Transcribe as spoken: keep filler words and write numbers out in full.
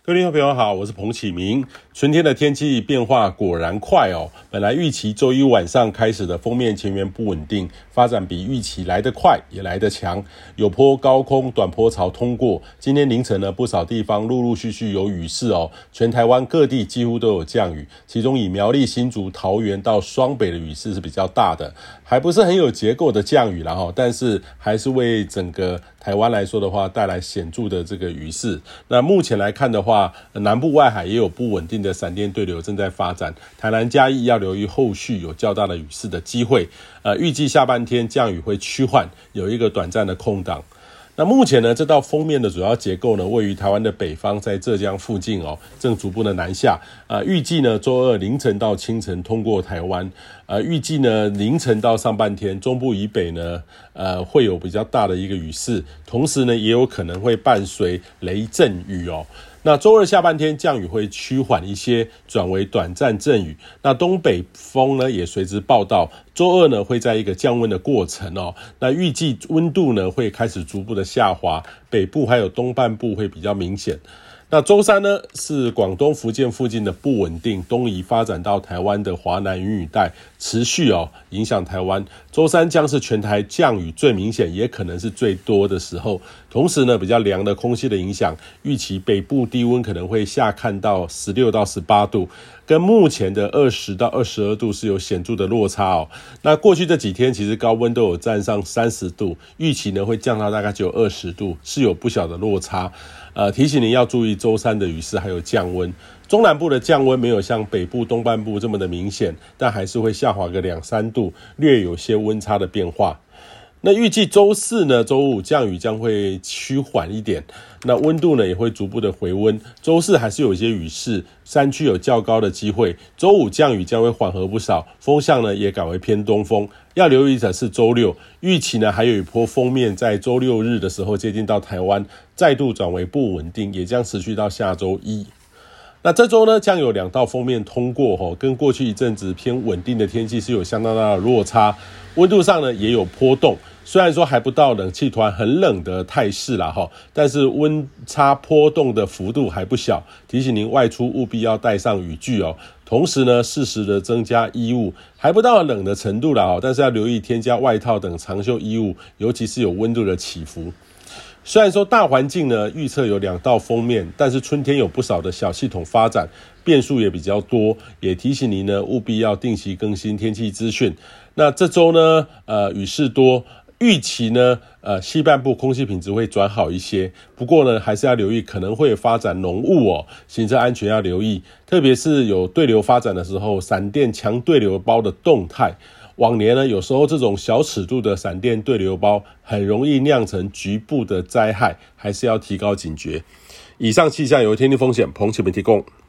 各位听众朋友好，我是彭启明。春天的天气变化果然快哦，本来预期周一晚上开始的锋面前缘不稳定，发展比预期来得快也来得强，有波高空短波槽通过。今天凌晨呢，不少地方陆陆续续有雨势哦，全台湾各地几乎都有降雨，其中以苗栗、新竹、桃园到双北的雨势是比较大的，还不是很有结构的降雨啦齁，但是还是为整个台湾来说的话带来显著的这个雨势。那目前来看的话，南部外海也有不稳定的闪电对流正在发展，台南嘉义要留意后续有较大的雨势的机会。呃，预计下半天降雨会趋缓，有一个短暂的空档。那目前呢，这道锋面的主要结构呢，位于台湾的北方，在浙江附近哦，正逐步的南下。呃，预计呢，周二凌晨到清晨通过台湾。呃，预计呢，凌晨到上半天，中部以北呢，呃，会有比较大的一个雨势，同时呢，也有可能会伴随雷阵雨哦。那周二下半天降雨会趋缓一些，转为短暂阵雨。那东北风呢也随之报道，周二呢会在一个降温的过程哦。那预计温度呢会开始逐步的下滑，北部还有东半部会比较明显。那周三呢是广东、福建附近的不稳定东移发展到台湾的华南云雨带持续哦影响台湾。周三将是全台降雨最明显，也可能是最多的时候。同时呢，比较凉的空气的影响，预期北部低温可能会下看到十六到十八度，跟目前的二十到二十二度是有显著的落差哦。那过去这几天其实高温都有站上三十度，预期呢会降到大概只有二十度，是有不小的落差。呃，提醒您要注意周三的雨势还有降温。中南部的降温没有像北部东半部这么的明显，但还是会下滑个两三度，略有些温差的变化。那预计周四呢，周五降雨将会趋缓一点，那温度呢也会逐步的回温。周四还是有一些雨势，山区有较高的机会。周五降雨将会缓和不少，风向呢也改为偏东风。要留意的是周六，预期呢还有一波锋面在周六日的时候接近到台湾，再度转为不稳定，也将持续到下周一。那这周呢，将有两道锋面通过齁，跟过去一阵子偏稳定的天气是有相当大的落差，温度上呢也有波动。虽然说还不到冷气团很冷的态势啦齁，但是温差波动的幅度还不小，提醒您外出务必要带上雨具哦。同时呢，适时的增加衣物，还不到冷的程度啦齁，但是要留意添加外套等长袖衣物，尤其是有温度的起伏。虽然说大环境呢预测有两道锋面，但是春天有不少的小系统发展，变数也比较多，也提醒您呢务必要定期更新天气资讯。那这周呢，呃，雨势多。预期呢，呃，西半部空气品质会转好一些，不过呢，还是要留意可能会发展浓雾哦，行车安全要留意，特别是有对流发展的时候，闪电强对流包的动态。往年呢，有时候这种小尺度的闪电对流包很容易酿成局部的灾害，还是要提高警觉。以上气象由天气风险彭启明提供。